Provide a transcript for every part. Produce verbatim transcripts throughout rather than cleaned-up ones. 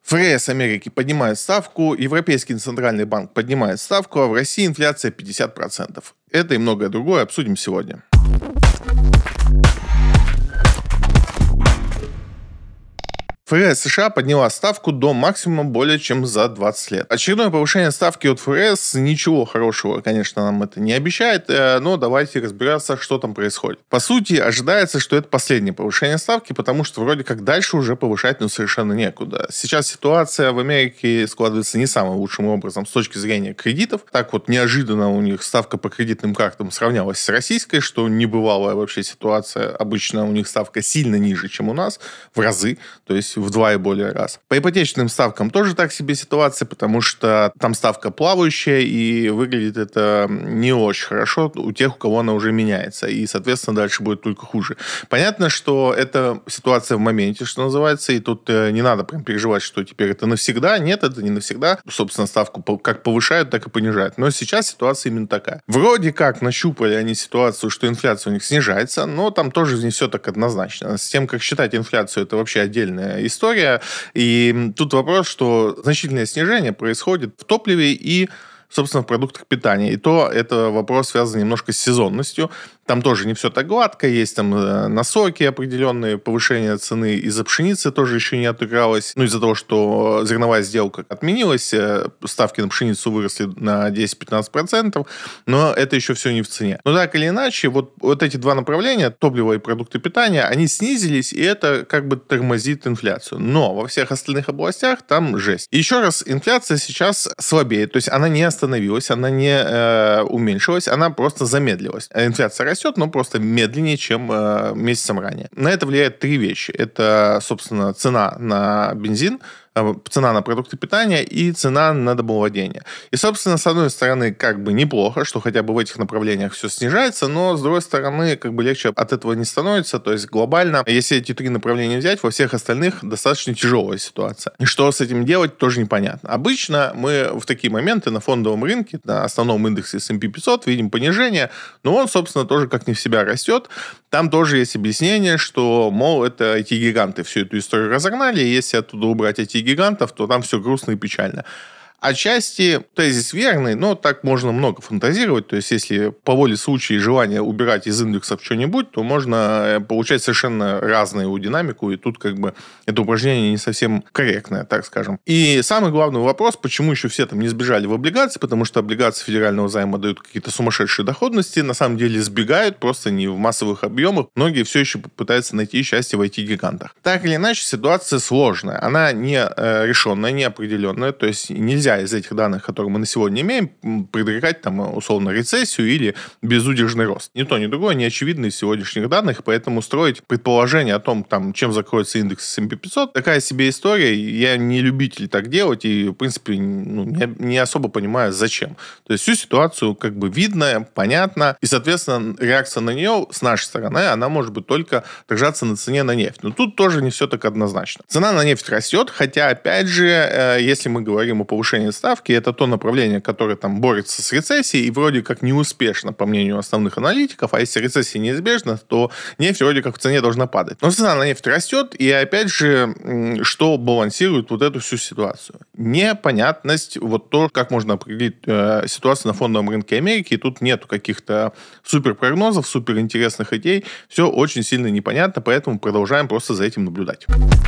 ФРС Америки поднимает ставку, Европейский центральный банк поднимает ставку, а в России инфляция пятьдесят процентов. Это и многое другое обсудим сегодня. ФРС США подняла ставку до максимума более чем за двадцать лет. Очередное повышение ставки от ФРС ничего хорошего, конечно, нам это не обещает, но давайте разбираться, что там происходит. По сути, ожидается, что это последнее повышение ставки, потому что вроде как дальше уже повышать ну совершенно некуда. Сейчас ситуация в Америке складывается не самым лучшим образом с точки зрения кредитов. Так вот, неожиданно у них ставка по кредитным картам сравнялась с российской, что небывалая вообще ситуация. Обычно у них ставка сильно ниже, чем у нас, в разы, то есть в два и более раз. По ипотечным ставкам тоже так себе ситуация, потому что там ставка плавающая, и выглядит это не очень хорошо у тех, у кого она уже меняется, и, соответственно, дальше будет только хуже. Понятно, что это ситуация в моменте, что называется, и тут не надо прям переживать, что теперь это навсегда. Нет, это не навсегда. Собственно, ставку как повышают, так и понижают. Но сейчас ситуация именно такая. Вроде как нащупали они ситуацию, что инфляция у них снижается, но там тоже не все так однозначно. С тем, как считать инфляцию, это вообще отдельная история. И тут вопрос, что значительное снижение происходит в топливе и, собственно, в продуктах питания. И то это вопрос связан немножко с сезонностью. Там тоже не все так гладко. Есть там на соки определенные повышения цены. Из-за пшеницы тоже еще не отыгралось. Ну, из-за того, что зерновая сделка отменилась, ставки на пшеницу выросли на десять-пятнадцать процентов. Но это еще все не в цене. Но так или иначе, вот, вот эти два направления, топливо и продукты питания, они снизились, и это как бы тормозит инфляцию. Но во всех остальных областях там жесть. И еще раз, инфляция сейчас слабеет. То есть она не остановилась, она не э, уменьшилась, она просто замедлилась. А инфляция растет, но просто медленнее, чем э, месяцем ранее. На это влияет три вещи. Это, собственно, цена на бензин, цена на продукты питания и цена на домовладение. И, собственно, с одной стороны, как бы неплохо, что хотя бы в этих направлениях все снижается, но, с другой стороны, как бы легче от этого не становится. То есть, глобально, если эти три направления взять, во всех остальных достаточно тяжелая ситуация. И что с этим делать, тоже непонятно. Обычно мы в такие моменты на фондовом рынке, на основном индексе эс энд пи пятьсот, видим понижение, но он, собственно, тоже как не в себя растет. Там тоже есть объяснение, что, мол, это ай ти-гиганты всю эту историю разогнали, и если оттуда убрать ай ти-гигантов, то там все грустно и печально. Отчасти тезис верный, но так можно много фантазировать. То есть, если по воле случая и желания убирать из индексов что-нибудь, то можно получать совершенно разную динамику, и тут как бы это упражнение не совсем корректное, так скажем. И самый главный вопрос, почему еще все там не сбежали в облигации, потому что облигации федерального займа дают какие-то сумасшедшие доходности, на самом деле сбегают, просто не в массовых объемах. Многие все еще пытаются найти счастье в ай ти-гигантах. Так или иначе, ситуация сложная. Она не решенная, не определенная, то есть нельзя из этих данных, которые мы на сегодня имеем, предрекать там условно рецессию или безудержный рост. Ни то, ни другое не очевидно из сегодняшних данных, поэтому строить предположение о том, там, чем закроется индекс эс энд пи пятьсот, такая себе история. Я не любитель так делать и, в принципе, ну, не, не особо понимаю, зачем. То есть всю ситуацию как бы видно, понятно, и, соответственно, реакция на нее с нашей стороны, она может быть только отражаться на цене на нефть. Но тут тоже не все так однозначно. Цена на нефть растет, хотя, опять же, если мы говорим о повышении ставки, это то направление, которое там борется с рецессией и вроде как неуспешно, по мнению основных аналитиков, а если рецессия неизбежна, то нефть вроде как в цене должна падать. Но цена на нефть растет, и опять же, что балансирует вот эту всю ситуацию? Непонятность, вот то, как можно определить э, ситуацию на фондовом рынке Америки, и тут нету каких-то суперпрогнозов, суперинтересных идей, все очень сильно непонятно, поэтому продолжаем просто за этим наблюдать.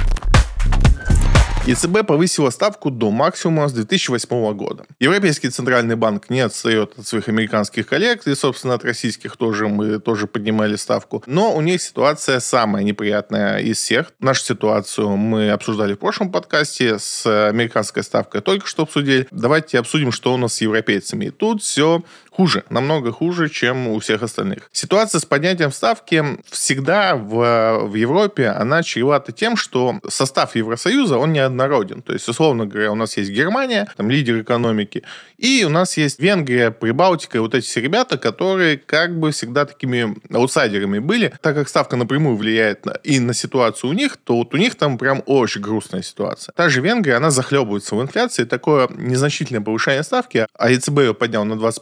ЕЦБ повысила ставку до максимума с две тысячи восьмого года. Европейский центральный банк не отстает от своих американских коллег, и, собственно, от российских тоже мы тоже поднимали ставку. Но у них ситуация самая неприятная из всех. Нашу ситуацию мы обсуждали в прошлом подкасте, с американской ставкой только что обсудили. Давайте обсудим, что у нас с европейцами. И тут все хуже, намного хуже, чем у всех остальных. Ситуация с поднятием ставки всегда в, в Европе, она чревата тем, что состав Евросоюза, он неоднороден. То есть, условно говоря, у нас есть Германия, там лидер экономики, и у нас есть Венгрия, Прибалтика, и вот эти все ребята, которые как бы всегда такими аутсайдерами были. Так как ставка напрямую влияет на, и на ситуацию у них, то вот у них там прям очень грустная ситуация. Та же Венгрия, она захлебывается в инфляции, такое незначительное повышение ставки, а ЕЦБ ее поднял на двадцать пять пунктов,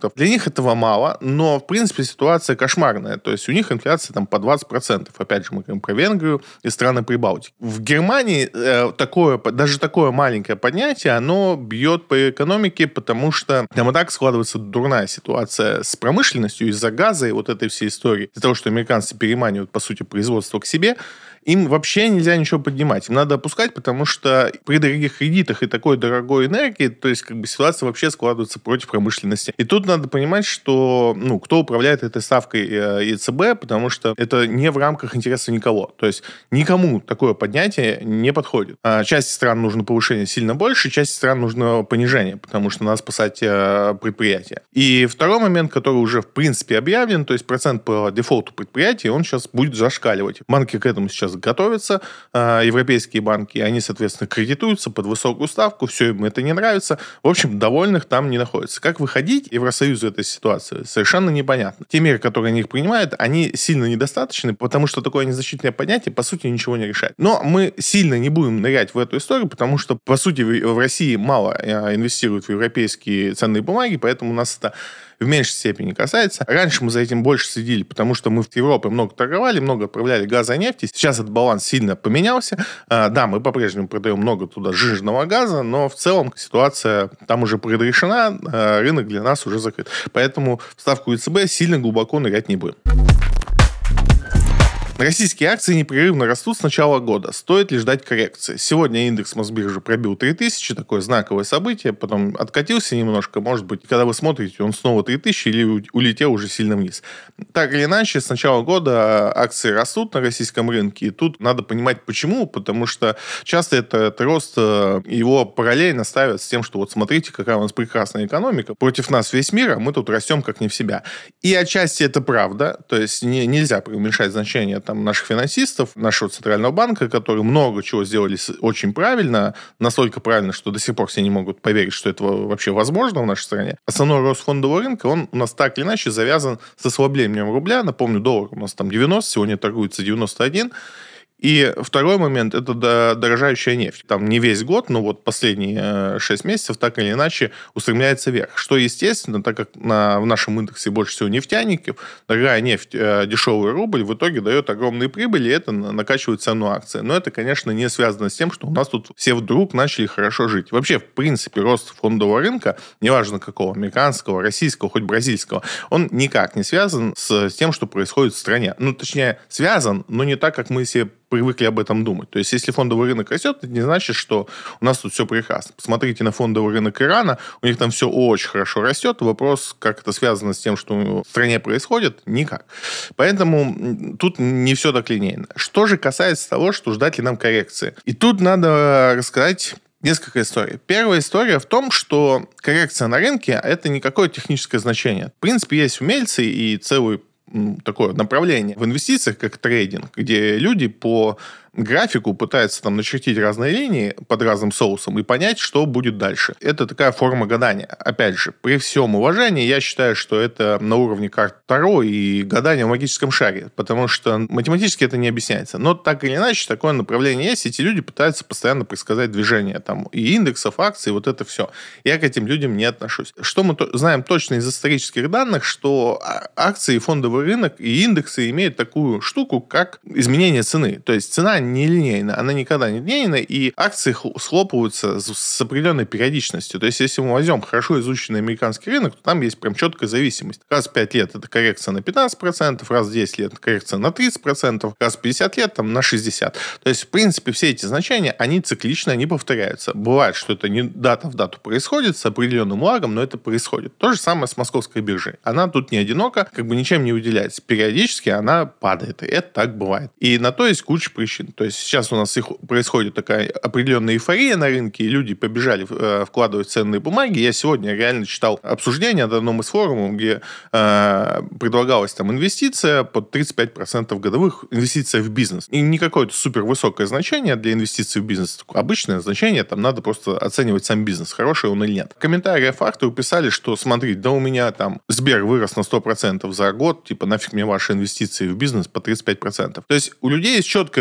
пунктов. Для них этого мало, но, в принципе, ситуация кошмарная. То есть у них инфляция там по двадцать процентов. Опять же, мы говорим про Венгрию и страны Прибалтики. В Германии э, такое, даже такое маленькое поднятие, оно бьет по экономике, потому что там и так складывается дурная ситуация с промышленностью из-за газа и вот этой всей истории. Из-за того, что американцы переманивают, по сути, производство к себе, им вообще нельзя ничего поднимать. Им надо опускать, потому что при дорогих кредитах и такой дорогой энергии, то есть как бы ситуация вообще складывается против промышленности. И тут надо понимать, что ну, кто управляет этой ставкой ЕЦБ, потому что это не в рамках интереса никого. То есть никому такое поднятие не подходит. А части стран нужно повышение сильно больше, части стран нужно понижение, потому что надо спасать предприятия. И второй момент, который уже в принципе объявлен, то есть процент по дефолту предприятий, он сейчас будет зашкаливать. Банки к этому сейчас готовятся, европейские банки, они, соответственно, кредитуются под высокую ставку, все им это не нравится. В общем, довольных там не находится. Как выходить Евросоюзу из этой ситуации, совершенно непонятно. Те меры, которые они их принимают, они сильно недостаточны, потому что такое незначительное поднятие, по сути, ничего не решает. Но мы сильно не будем нырять в эту историю, потому что, по сути, в России мало инвестируют в европейские ценные бумаги, поэтому у нас это в меньшей степени касается. Раньше мы за этим больше следили, потому что мы в Европе много торговали, много отправляли газа и нефти. Сейчас этот баланс сильно поменялся. А, да, мы по-прежнему продаем много туда сжиженного газа, но в целом ситуация там уже предрешена, а рынок для нас уже закрыт. Поэтому в ставку ЕЦБ сильно глубоко нырять не будем. Российские акции непрерывно растут с начала года. Стоит ли ждать коррекции? Сегодня индекс Мосбиржи пробил три тысячи, такое знаковое событие, потом откатился немножко. Может быть, когда вы смотрите, он снова три тысячи или улетел уже сильно вниз. Так или иначе, с начала года акции растут на российском рынке, и тут надо понимать, почему, потому что часто этот рост, его параллельно ставят с тем, что вот смотрите, какая у нас прекрасная экономика, против нас весь мир, а мы тут растем как не в себя. И отчасти это правда, то есть не, нельзя преуменьшать значение там, наших финансистов, нашего Центрального банка, которые много чего сделали очень правильно, настолько правильно, что до сих пор все не могут поверить, что это вообще возможно в нашей стране. Основной рост фондового рынка, он у нас так или иначе завязан с ослаблением рубля. Напомню, доллар у нас там девяносто, сегодня торгуется девяносто один. И второй момент – это дорожающая нефть. Там не весь год, но вот последние шесть месяцев так или иначе устремляется вверх. Что естественно, так как на, в нашем индексе больше всего нефтяников, дорогая нефть, дешевый рубль в итоге дает огромные прибыли, и это накачивает цену акции. Но это, конечно, не связано с тем, что у нас тут все вдруг начали хорошо жить. Вообще, в принципе, рост фондового рынка, неважно какого, американского, российского, хоть бразильского, он никак не связан с тем, что происходит в стране. Ну, точнее, связан, но не так, как мы себе привыкли об этом думать. То есть, если фондовый рынок растет, это не значит, что у нас тут все прекрасно. Посмотрите на фондовый рынок Ирана, у них там все очень хорошо растет. Вопрос, как это связано с тем, что в стране происходит, никак. Поэтому тут не все так линейно. Что же касается того, что ждать ли нам коррекции. И тут надо рассказать несколько историй. Первая история в том, что коррекция на рынке – это никакое техническое значение. В принципе, есть умельцы и целый такое направление в инвестициях, как трейдинг, где люди по графику пытаются там начертить разные линии под разным соусом и понять, что будет дальше. Это такая форма гадания. Опять же, при всем уважении, я считаю, что это на уровне карт Таро и гадания в магическом шаре, потому что математически это не объясняется. Но так или иначе, такое направление есть, и эти люди пытаются постоянно предсказать движение там и индексов, акций, вот это все. Я к этим людям не отношусь. Что мы то- знаем точно из исторических данных, что акции, фондовый рынок и индексы имеют такую штуку, как изменение цены. То есть цена нелинейна, она никогда не линейна, и акции схлопываются с определенной периодичностью. То есть, если мы возьмем хорошо изученный американский рынок, то там есть прям четкая зависимость. Раз в пять лет это коррекция на пятнадцать процентов, раз в десять лет коррекция на тридцать процентов, раз в пятьдесят лет там на шестьдесят процентов. То есть, в принципе, все эти значения, они циклично, они повторяются. Бывает, что это не дата в дату происходит с определенным лагом, но это происходит. То же самое с московской биржей. Она тут не одинока, как бы ничем не выделяется. Периодически она падает, и это так бывает. И на то есть куча причин. То есть сейчас у нас происходит такая определенная эйфория на рынке, и люди побежали э, вкладывать ценные бумаги. Я сегодня реально читал обсуждение на одном из форумов, где э, предлагалась там инвестиция под тридцать пять процентов годовых, инвестиция в бизнес. И не какое-то супер высокое значение для инвестиций в бизнес. Такое обычное значение, там надо просто оценивать сам бизнес, хороший он или нет. В комментариях автору писали, что смотри, да у меня там Сбер вырос на сто процентов за год, типа нафиг мне ваши инвестиции в бизнес по тридцать пять процентов. То есть у людей есть четкое представление,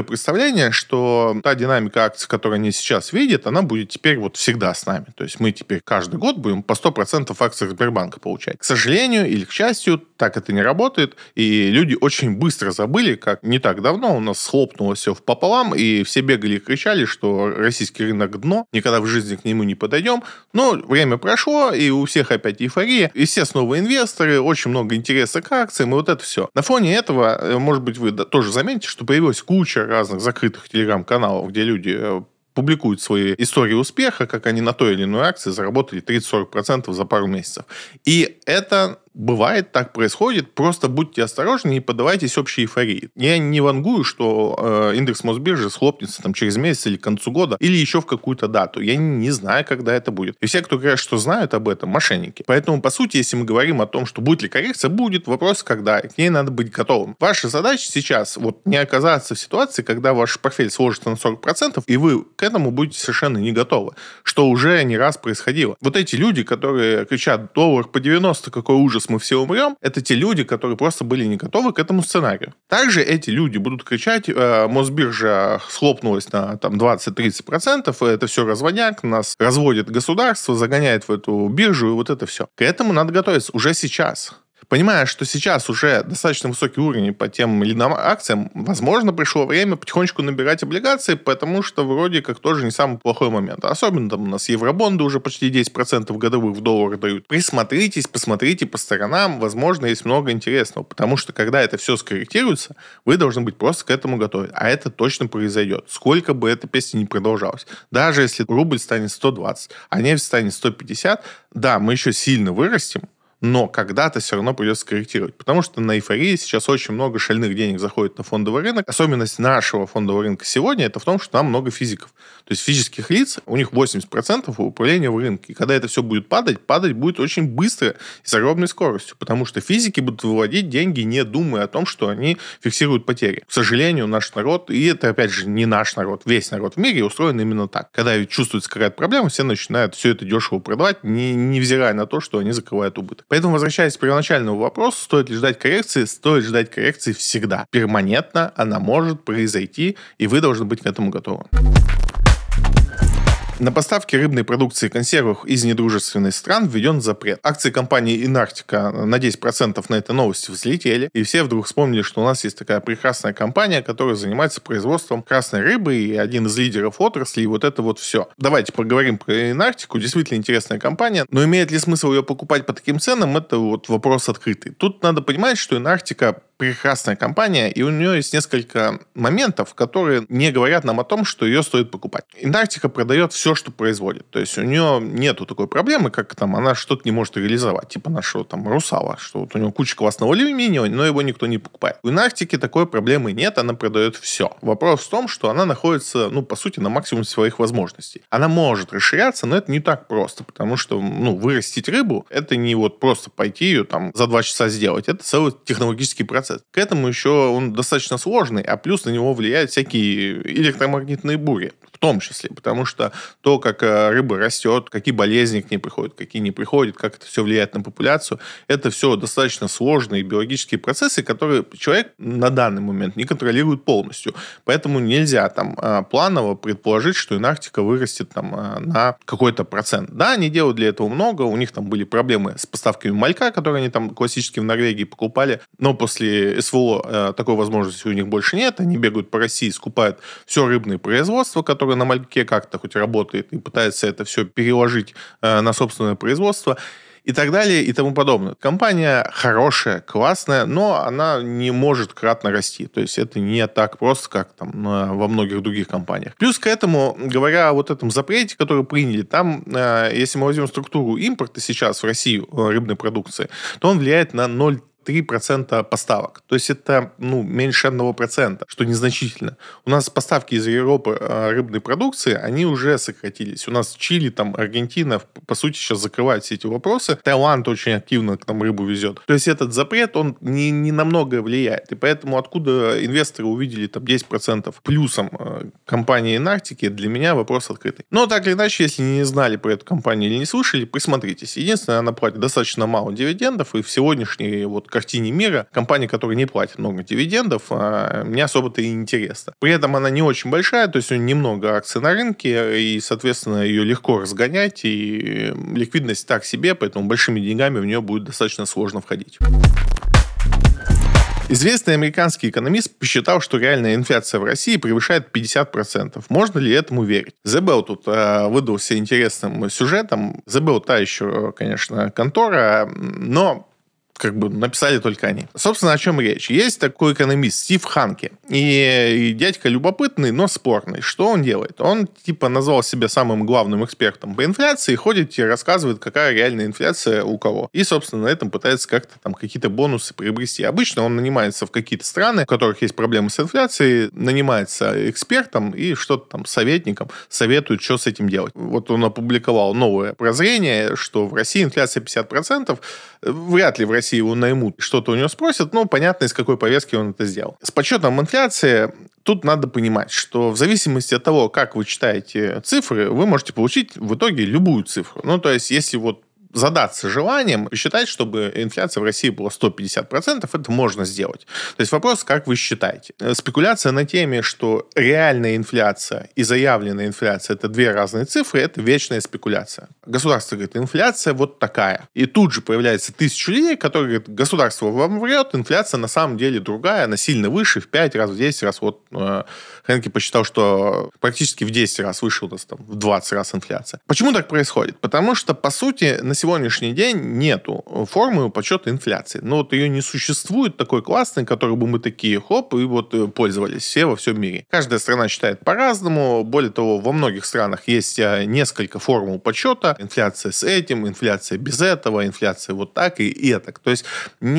представление, что та динамика акций, которую они сейчас видят, она будет теперь вот всегда с нами. То есть мы теперь каждый год будем по сто процентов акций Сбербанка получать. К сожалению или к счастью, так это не работает, и люди очень быстро забыли, как не так давно у нас схлопнулось все пополам, и все бегали и кричали, что российский рынок дно, никогда в жизни к нему не подойдем. Но время прошло, и у всех опять эйфория, и все снова инвесторы, очень много интереса к акциям, и вот это все. На фоне этого, может быть, вы тоже заметите, что появилась куча разных закрытых телеграм-каналов, где люди публикуют свои истории успеха, как они на той или иной акции заработали тридцать-сорок процентов за пару месяцев. И это бывает, так происходит. Просто будьте осторожны, не поддавайтесь общей эйфории. Я не вангую, что э, индекс Мосбиржи схлопнется там, через месяц или к концу года, или еще в какую-то дату. Я не знаю, когда это будет. И все, кто говорят, что знают об этом, мошенники. Поэтому, по сути, если мы говорим о том, что будет ли коррекция, будет. Вопрос, когда. И к ней надо быть готовым. Ваша задача сейчас вот не оказаться в ситуации, когда ваш портфель сложится на сорок процентов, и вы к этому будете совершенно не готовы. Что уже не раз происходило. Вот эти люди, которые кричат: доллар по девяносто, какой ужас, мы все умрем, это те люди, которые просто были не готовы к этому сценарию. Также эти люди будут кричать: э, Мосбиржа схлопнулась на там, двадцать-тридцать процентов, это все разводняк, нас разводит государство, загоняет в эту биржу, и вот это все. К этому надо готовиться уже сейчас. Понимая, что сейчас уже достаточно высокий уровень по тем или иным акциям, возможно, пришло время потихонечку набирать облигации, потому что вроде как тоже не самый плохой момент. Особенно там у нас евробонды уже почти десять процентов годовых в доллары дают. Присмотритесь, посмотрите по сторонам, возможно, есть много интересного, потому что когда это все скорректируется, вы должны быть просто к этому готовы. А это точно произойдет. Сколько бы эта песня ни продолжалась. Даже если рубль станет сто двадцать, а нефть станет сто пятьдесят, да, мы еще сильно вырастем, но когда-то все равно придется корректировать. Потому что на эйфории сейчас очень много шальных денег заходит на фондовый рынок. Особенность нашего фондового рынка сегодня это в том, что там много физиков. То есть физических лиц, у них восемьдесят процентов управления в рынке. И когда это все будет падать, падать будет очень быстро и с огромной скоростью. Потому что физики будут выводить деньги, не думая о том, что они фиксируют потери. К сожалению, наш народ, и это опять же не наш народ, весь народ в мире устроен именно так. Когда чувствуется какая-то проблема, все начинают все это дешево продавать, не, невзирая на то, что они закрывают убыток. Поэтому, возвращаясь к первоначальному вопросу, стоит ли ждать коррекции? Стоит ждать коррекции всегда. Перманентно она может произойти, и вы должны быть к этому готовы. На поставки рыбной продукции и консервов из недружественных стран введен запрет. Акции компании Инарктика на десять процентов на этой новости взлетели, и все вдруг вспомнили, что у нас есть такая прекрасная компания, которая занимается производством красной рыбы и один из лидеров отрасли, и вот это вот все. Давайте поговорим про Инарктику. Действительно интересная компания, но имеет ли смысл ее покупать по таким ценам, это вот вопрос открытый. Тут надо понимать, что Инарктика прекрасная компания, и у нее есть несколько моментов, которые не говорят нам о том, что ее стоит покупать. Инарктика продает все, что производит. То есть у нее нету такой проблемы, как там она что-то не может реализовать. Типа нашего там Русала, что вот у него куча классного алюминия, но его никто не покупает. У Инарктики такой проблемы нет, она продает все. Вопрос в том, что она находится, ну, по сути, на максимуме своих возможностей. Она может расширяться, но это не так просто, потому что, ну, вырастить рыбу, это не вот просто пойти ее там за два часа сделать. Это целый технологический процесс. К этому еще он достаточно сложный, а плюс на него влияют всякие электромагнитные бури, в том числе, потому что то, как рыба растет, какие болезни к ней приходят, какие не приходят, как это все влияет на популяцию, это все достаточно сложные биологические процессы, которые человек на данный момент не контролирует полностью. Поэтому нельзя там планово предположить, что Инарктика вырастет там на какой-то процент. Да, они делают для этого много, у них там были проблемы с поставками малька, которые они там классически в Норвегии покупали, но после СВО такой возможности у них больше нет, они бегают по России, скупают все рыбное производство, которое на мальке как-то хоть работает, и пытаются это все переложить на собственное производство, и так далее, и тому подобное. Компания хорошая, классная, но она не может кратно расти. То есть это не так просто, как там во многих других компаниях. Плюс к этому, говоря о вот этом запрете, который приняли, там, если мы возьмем структуру импорта сейчас в Россию рыбной продукции, то он влияет на ноль целых три десятых процента поставок. То есть это ну, меньше одного процента, что незначительно. У нас поставки из Европы рыбной продукции, они уже сократились. У нас Чили, там, Аргентина, по сути, сейчас закрывают все эти вопросы. Таиланд очень активно к нам рыбу везет. То есть этот запрет, он не, не на многое влияет. И поэтому откуда инвесторы увидели там десять процентов плюсом компании Инарктики, для меня вопрос открытый. Но так или иначе, если не знали про эту компанию или не слышали, присмотритесь. Единственное, она платит достаточно мало дивидендов, и в сегодняшней вот картине мира компания, которая не платит много дивидендов, мне особо-то и не интересно. При этом она не очень большая, то есть у нее немного акций на рынке, и, соответственно, ее легко разгонять, и ликвидность так себе, поэтому большими деньгами в нее будет достаточно сложно входить. Известный американский экономист посчитал, что реальная инфляция в России превышает пятьдесят процентов. Можно ли этому верить? The Bell тут э, выдался интересным сюжетом. The Bell та еще, конечно, контора, но как бы написали только они. Собственно, о чем речь? Есть такой экономист Стив Ханке. И, и дядька любопытный, но спорный. Что он делает? Он типа назвал себя самым главным экспертом по инфляции, ходит и рассказывает, какая реальная инфляция у кого. И, собственно, на этом пытается как-то там какие-то бонусы приобрести. Обычно он нанимается в какие-то страны, в которых есть проблемы с инфляцией, нанимается экспертом и что-то там советником советует, что с этим делать. Вот он опубликовал новое прозрение, что в России инфляция пятьдесят процентов. Вряд ли в России его наймут, что-то у него спросят, но понятно, из какой повестки он это сделал. С подсчетом инфляции тут надо понимать, что в зависимости от того, как вы читаете цифры, вы можете получить в итоге любую цифру. Ну, то есть, если вот задаться желанием считать, чтобы инфляция в России была сто пятьдесят процентов, это можно сделать. То есть вопрос, как вы считаете. Спекуляция на теме, что реальная инфляция и заявленная инфляция – это две разные цифры, это вечная спекуляция. Государство говорит, инфляция вот такая. И тут же появляется тысяча людей, которые говорят, государство вам врет, инфляция на самом деле другая, она сильно выше, в пять раз, в десять раз. Вот э, Хенке посчитал, что практически в десять раз выше у нас, там, в двадцать раз инфляция. Почему так происходит? Потому что, по сути, на сегодняшний день нету формулы подсчета инфляции. Но вот ее не существует такой классной, которой бы мы такие, хоп, и вот пользовались все во всем мире. Каждая страна считает по-разному. Более того, во многих странах есть несколько формул подсчета. Инфляция с этим, инфляция без этого, инфляция вот так и, и так. То есть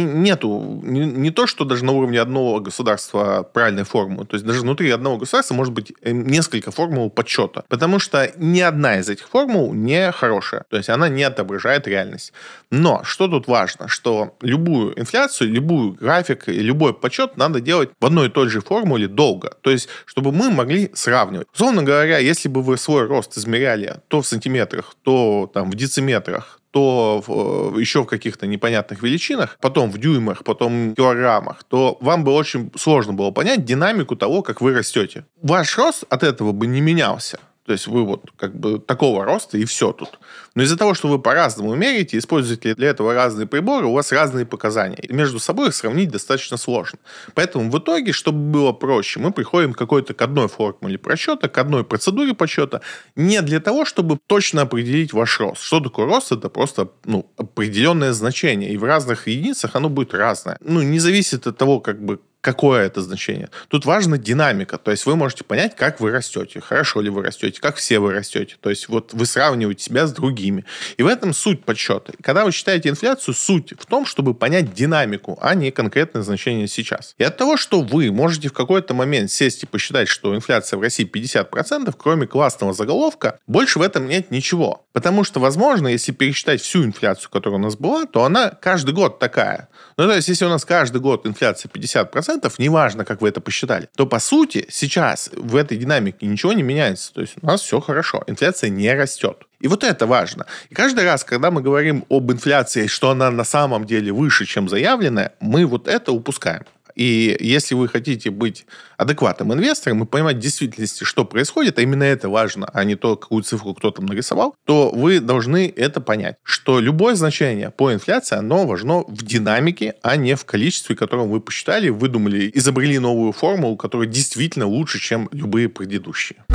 нету не, не то, что даже на уровне одного государства правильной формулы. То есть даже внутри одного государства может быть несколько формул подсчета. Потому что ни одна из этих формул не хорошая. То есть она не отображает реальность. Но что тут важно, что любую инфляцию, любую график, любой подсчет надо делать в одной и той же формуле долго. То есть, чтобы мы могли сравнивать. Условно говоря, если бы вы свой рост измеряли то в сантиметрах, то там, в дециметрах, то в, еще в каких-то непонятных величинах, потом в дюймах, потом в килограммах, то вам бы очень сложно было понять динамику того, как вы растете. Ваш рост от этого бы не менялся. То есть вы вот как бы такого роста и все тут. Но из-за того, что вы по-разному меряете, используете для этого разные приборы, у вас разные показания. И между собой их сравнить достаточно сложно. Поэтому в итоге, чтобы было проще, мы приходим к какой-то к одной формуле просчета, к одной процедуре подсчета, не для того, чтобы точно определить ваш рост. Что такое рост? Это просто ну, определенное значение. И в разных единицах оно будет разное. Ну, не зависит от того, как бы, какое это значение. Тут важна динамика. То есть вы можете понять, как вы растете, хорошо ли вы растете, как все вы растете. То есть вот вы сравниваете себя с другими. И в этом суть подсчета. Когда вы считаете инфляцию, суть в том, чтобы понять динамику, а не конкретное значение сейчас. И от того, что вы можете в какой-то момент сесть и посчитать, что инфляция в России пятьдесят процентов, кроме классного заголовка, больше в этом нет ничего. Потому что, возможно, если пересчитать всю инфляцию, которая у нас была, то она каждый год такая. Ну, то есть, если у нас каждый год инфляция пятьдесят процентов, неважно, как вы это посчитали, то, по сути, сейчас в этой динамике ничего не меняется. То есть, у нас все хорошо. Инфляция не растет. И вот это важно. И каждый раз, когда мы говорим об инфляции, что она на самом деле выше, чем заявленная, мы вот это упускаем. И если вы хотите быть адекватным инвестором и понимать в действительности, что происходит, а именно это важно, а не то, какую цифру кто там нарисовал, то вы должны это понять, что любое значение по инфляции, оно важно в динамике, а не в количестве, которое вы посчитали, выдумали, изобрели новую формулу, которая действительно лучше, чем любые предыдущие.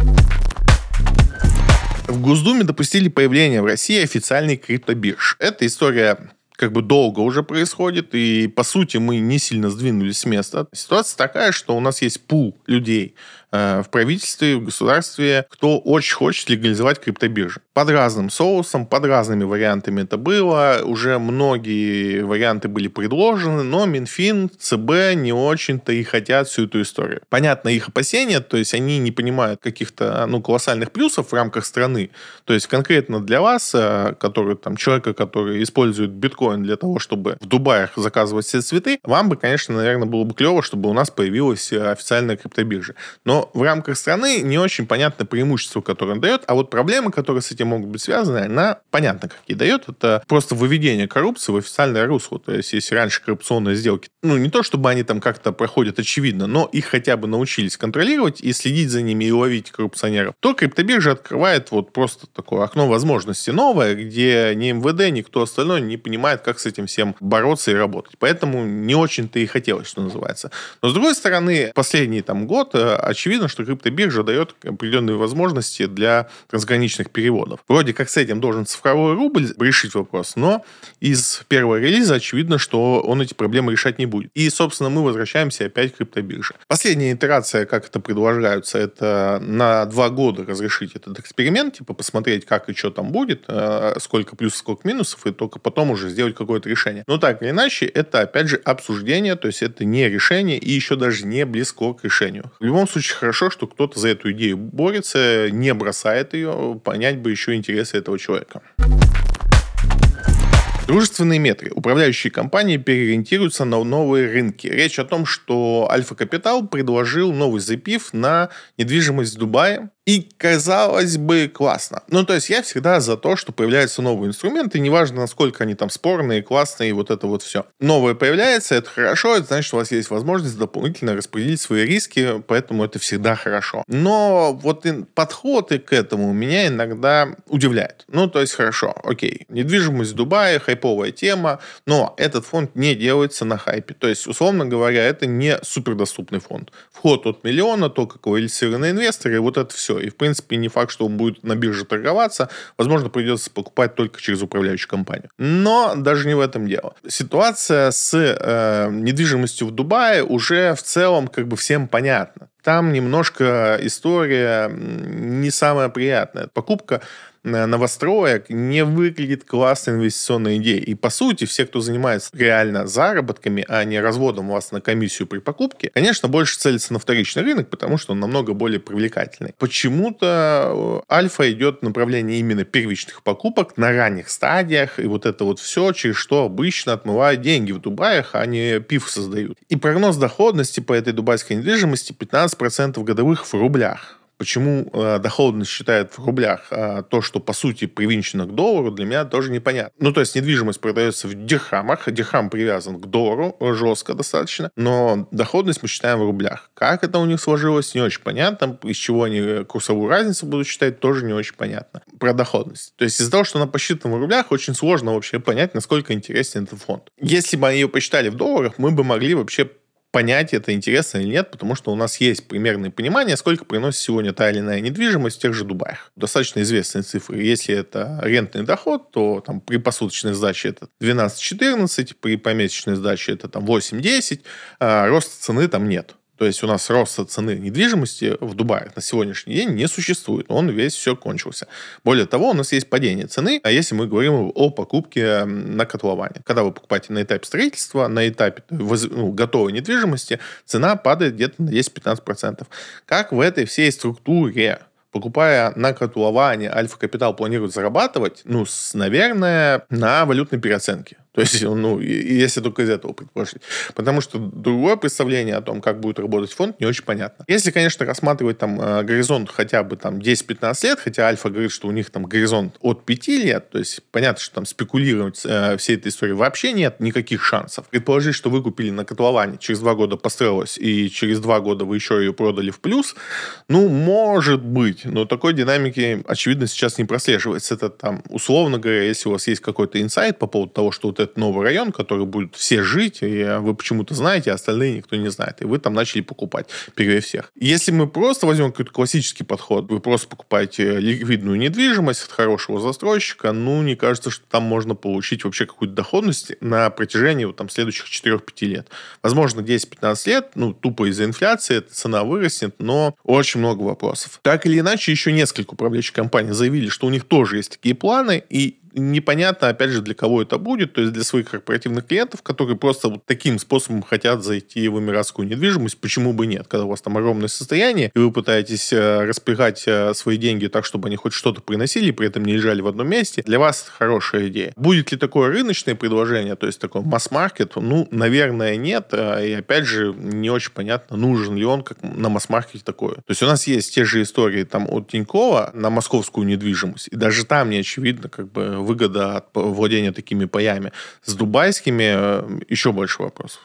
В Госдуме допустили появление в России официальной криптобирж. Эта история как бы долго уже происходит, и, по сути, мы не сильно сдвинулись с места. Ситуация такая, что у нас есть пул людей э, в правительстве, в государстве, кто очень хочет легализовать криптобиржи. Под разным соусом, под разными вариантами это было. Уже многие варианты были предложены, но Минфин, ЦБ не очень-то и хотят всю эту историю. Понятно их опасения, то есть они не понимают каких-то ну, колоссальных плюсов в рамках страны. То есть конкретно для вас, который, там, человека, который использует биткоин биткоин для того, чтобы в Дубае заказывать все цветы, вам бы, конечно, наверное, было бы клево, чтобы у нас появилась официальная криптобиржа. Но в рамках страны не очень понятно преимущество, которое он дает, а вот проблемы, которые с этим могут быть связаны, она понятно, какие дает. Это просто выведение коррупции в официальное русло. То есть, если раньше коррупционные сделки, ну, не то, чтобы они там как-то проходят очевидно, но их хотя бы научились контролировать и следить за ними и ловить коррупционеров, то криптобиржа открывает вот просто такое окно возможностей новое, где ни эм вэ дэ, никто остальной не понимает, как с этим всем бороться и работать. Поэтому не очень-то и хотелось, что называется. Но, с другой стороны, последний там год, очевидно, что криптобиржа дает определенные возможности для трансграничных переводов. Вроде как с этим должен цифровой рубль решить вопрос, но из первого релиза очевидно, что он эти проблемы решать не будет. И, собственно, мы возвращаемся опять к криптобирже. Последняя итерация, как это предлагается, это на два года разрешить этот эксперимент, типа посмотреть, как и что там будет, сколько плюсов, сколько минусов, и только потом уже сделать какое-то решение. Но так или иначе, это, опять же, обсуждение, то есть это не решение и еще даже не близко к решению. В любом случае, хорошо, что кто-то за эту идею борется, не бросает ее, понять бы еще интересы этого человека. Дружественные метры. Управляющие компании переориентируются на новые рынки. Речь о том, что Альфа Капитал предложил новый запив на недвижимость в Дубае. И, казалось бы, классно. Ну, то есть, я всегда за то, что появляются новые инструменты, неважно, насколько они там спорные, классные, и вот это вот все. Новое появляется, это хорошо, это значит, что у вас есть возможность дополнительно распределить свои риски, поэтому это всегда хорошо. Но вот подход к этому меня иногда удивляет. Ну, то есть, хорошо, окей, недвижимость в Дубае, хайповая тема, но этот фонд не делается на хайпе. То есть, условно говоря, это не супердоступный фонд. Вход от миллиона, только квалифицированные инвесторы, и вот это все. И, в принципе, не факт, что он будет на бирже торговаться. Возможно, придется покупать только через управляющую компанию. Но даже не в этом дело. Ситуация с э, недвижимостью в Дубае уже в целом как бы всем понятна. Там немножко история не самая приятная. Покупка новостроек не выглядит классной инвестиционной идеей. И, по сути, все, кто занимается реально заработками, а не разводом вас на комиссию при покупке, конечно, больше целится на вторичный рынок, потому что он намного более привлекательный. Почему-то Альфа идет в направлении именно первичных покупок на ранних стадиях, и вот это вот все, через что обычно отмывают деньги в Дубаях, а не пиф создают. И прогноз доходности по этой дубайской недвижимости пятнадцать процентов годовых в рублях. Почему э, доходность считают в рублях, а то, что по сути привинчено к доллару, для меня тоже непонятно. Ну, то есть недвижимость продается в дирхамах, дирхам привязан к доллару жестко достаточно, но доходность мы считаем в рублях. Как это у них сложилось, не очень понятно. Из чего они курсовую разницу будут считать, тоже не очень понятно. Про доходность. То есть из-за того, что она посчитана в рублях, очень сложно вообще понять, насколько интересен этот фонд. Если бы они ее посчитали в долларах, мы бы могли вообще понять, это интересно или нет, потому что у нас есть примерное понимание, сколько приносит сегодня та или иная недвижимость в тех же Дубаях. Достаточно известные цифры. Если это рентный доход, то там при посуточной сдаче это двенадцать-четырнадцать, при помесячной сдаче это там восемь-десять, а роста цены там нет. То есть у нас роста цены недвижимости в Дубае на сегодняшний день не существует. Он весь все кончился. Более того, у нас есть падение цены, а если мы говорим о покупке на котловане. Когда вы покупаете на этапе строительства, на этапе ну, готовой недвижимости, цена падает где-то на десять-пятнадцать процентов. Как в этой всей структуре, покупая на котловане, Альфа Капитал планирует зарабатывать, ну, с, наверное, на валютной переоценке. То есть, ну, если только из этого предположить. Потому что другое представление о том, как будет работать фонд, не очень понятно. Если, конечно, рассматривать там горизонт хотя бы там десять-пятнадцать лет, хотя Альфа говорит, что у них там горизонт от пяти лет, то есть понятно, что там спекулировать э, всей этой историей вообще нет никаких шансов. Предположить, что вы купили на котловане, через два года построилась, и через два года вы еще ее продали в плюс, ну, может быть, но такой динамики, очевидно, сейчас не прослеживается. Это там, условно говоря, если у вас есть какой-то инсайт по поводу того, что вот это новый район, который будут все жить, и вы почему-то знаете, а остальные никто не знает. И вы там начали покупать первее всех. Если мы просто возьмем какой-то классический подход, вы просто покупаете ликвидную недвижимость от хорошего застройщика, ну, не кажется, что там можно получить вообще какую-то доходность на протяжении вот, там, следующих четыре-пять лет. Возможно, десять-пятнадцать лет, ну, тупо из-за инфляции, эта цена вырастет, но очень много вопросов. Так или иначе, еще несколько управляющих компаний заявили, что у них тоже есть такие планы, и непонятно, опять же, для кого это будет, то есть для своих корпоративных клиентов, которые просто вот таким способом хотят зайти в эмиратскую недвижимость, почему бы нет, когда у вас там огромное состояние, и вы пытаетесь э, распрягать э, свои деньги так, чтобы они хоть что-то приносили, при этом не лежали в одном месте, для вас это хорошая идея. Будет ли такое рыночное предложение, то есть такой масс-маркет? Ну, наверное, нет, и опять же, не очень понятно, нужен ли он как на масс-маркете такое. То есть у нас есть те же истории там от Тинькова на московскую недвижимость, и даже там не очевидно как бы выгода от владения такими паями. С дубайскими еще больше вопросов.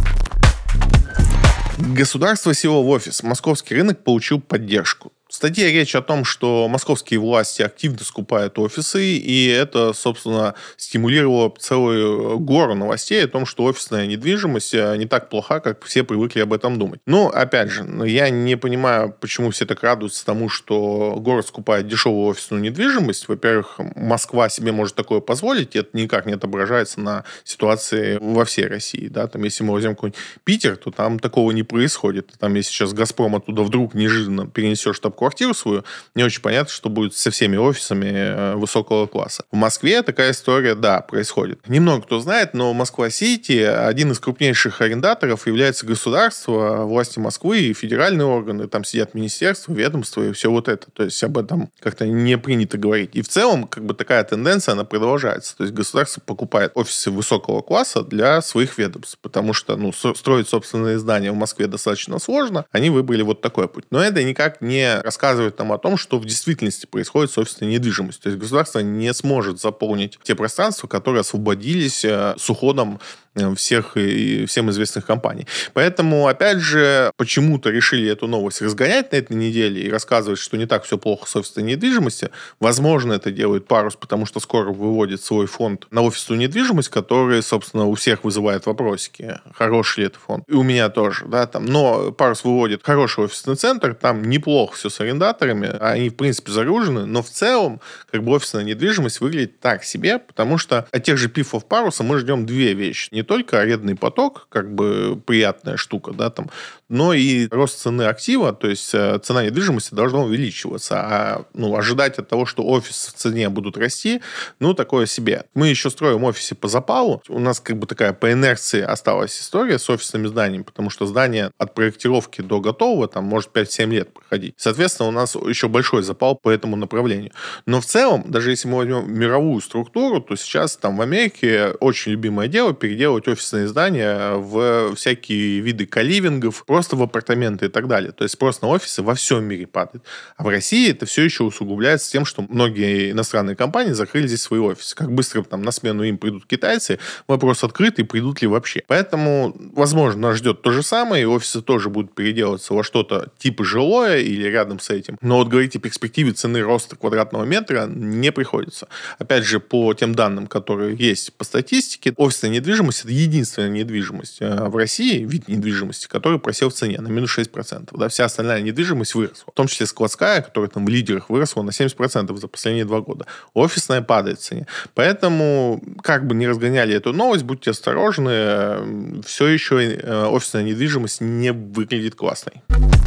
Государство село в офис. Московский рынок получил поддержку. В статье речь о том, что московские власти активно скупают офисы, и это, собственно, стимулировало целую гору новостей о том, что офисная недвижимость не так плоха, как все привыкли об этом думать. Но, опять же, я не понимаю, почему все так радуются тому, что город скупает дешевую офисную недвижимость. Во-первых, Москва себе может такое позволить, и это никак не отображается на ситуации во всей России. Да? Там, если мы возьмем какой-нибудь Питер, то там такого не происходит. Там, если сейчас «Газпром» оттуда вдруг неожиданно перенесет штаб квартиру свою, не очень понятно, что будет со всеми офисами высокого класса. В Москве такая история, да, происходит. Немного кто знает, но Москва-Сити, один из крупнейших арендаторов, является государство, власти Москвы и федеральные органы. Там сидят министерства, ведомства и все вот это. То есть об этом как-то не принято говорить. И в целом, как бы такая тенденция, она продолжается. То есть государство покупает офисы высокого класса для своих ведомств, потому что, ну, строить собственные здания в Москве достаточно сложно. Они выбрали вот такой путь. Но это никак не рассказывает нам о том, что в действительности происходит с офисной недвижимостью. То есть государство не сможет заполнить те пространства, которые освободились с уходом всех и всем известных компаний. Поэтому, опять же, почему-то решили эту новость разгонять на этой неделе и рассказывать, что не так все плохо с офисной недвижимостью. Возможно, это делает Парус, потому что скоро выводит свой фонд на офисную недвижимость, который, собственно, у всех вызывает вопросики. Хороший ли это фонд? И у меня тоже, да, там. Но Парус выводит хороший офисный центр, там неплохо все с арендаторами, они, в принципе, загружены, но в целом, как бы, офисная недвижимость выглядит так себе, потому что от тех же пифов Паруса мы ждем две вещи. Не только арендный поток, как бы приятная штука, да, там, но и рост цены актива, то есть цена недвижимости должна увеличиваться, а, ну, ожидать от того, что офисы в цене будут расти, ну, такое себе. Мы еще строим офисы по запалу, у нас как бы такая по инерции осталась история с офисными зданиями, потому что здание от проектировки до готового там может пять-семь лет проходить. Соответственно, у нас еще большой запал по этому направлению. Но в целом, даже если мы возьмем мировую структуру, то сейчас там в Америке очень любимое дело переделать офисные здания в всякие виды коливингов, просто в апартаменты и так далее. То есть спрос на офисы во всем мире падает. А в России это все еще усугубляется тем, что многие иностранные компании закрыли здесь свои офисы. Как быстро там на смену им придут китайцы, вопрос открытый, придут ли вообще. Поэтому, возможно, нас ждет то же самое, и офисы тоже будут переделываться во что-то типа жилое или рядом с этим. Но вот говорить о перспективе цены роста квадратного метра не приходится. Опять же, по тем данным, которые есть по статистике, офисная недвижимость — это единственная недвижимость в России, вид недвижимости, который просел в цене на минус шесть процентов. Да, вся остальная недвижимость выросла. В том числе складская, которая там в лидерах выросла на семьдесят процентов за последние два года. Офисная падает в цене. Поэтому, как бы ни разгоняли эту новость, будьте осторожны. Все еще офисная недвижимость не выглядит классной.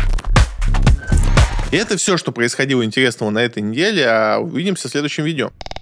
И это все, что происходило интересного на этой неделе. Увидимся в следующем видео.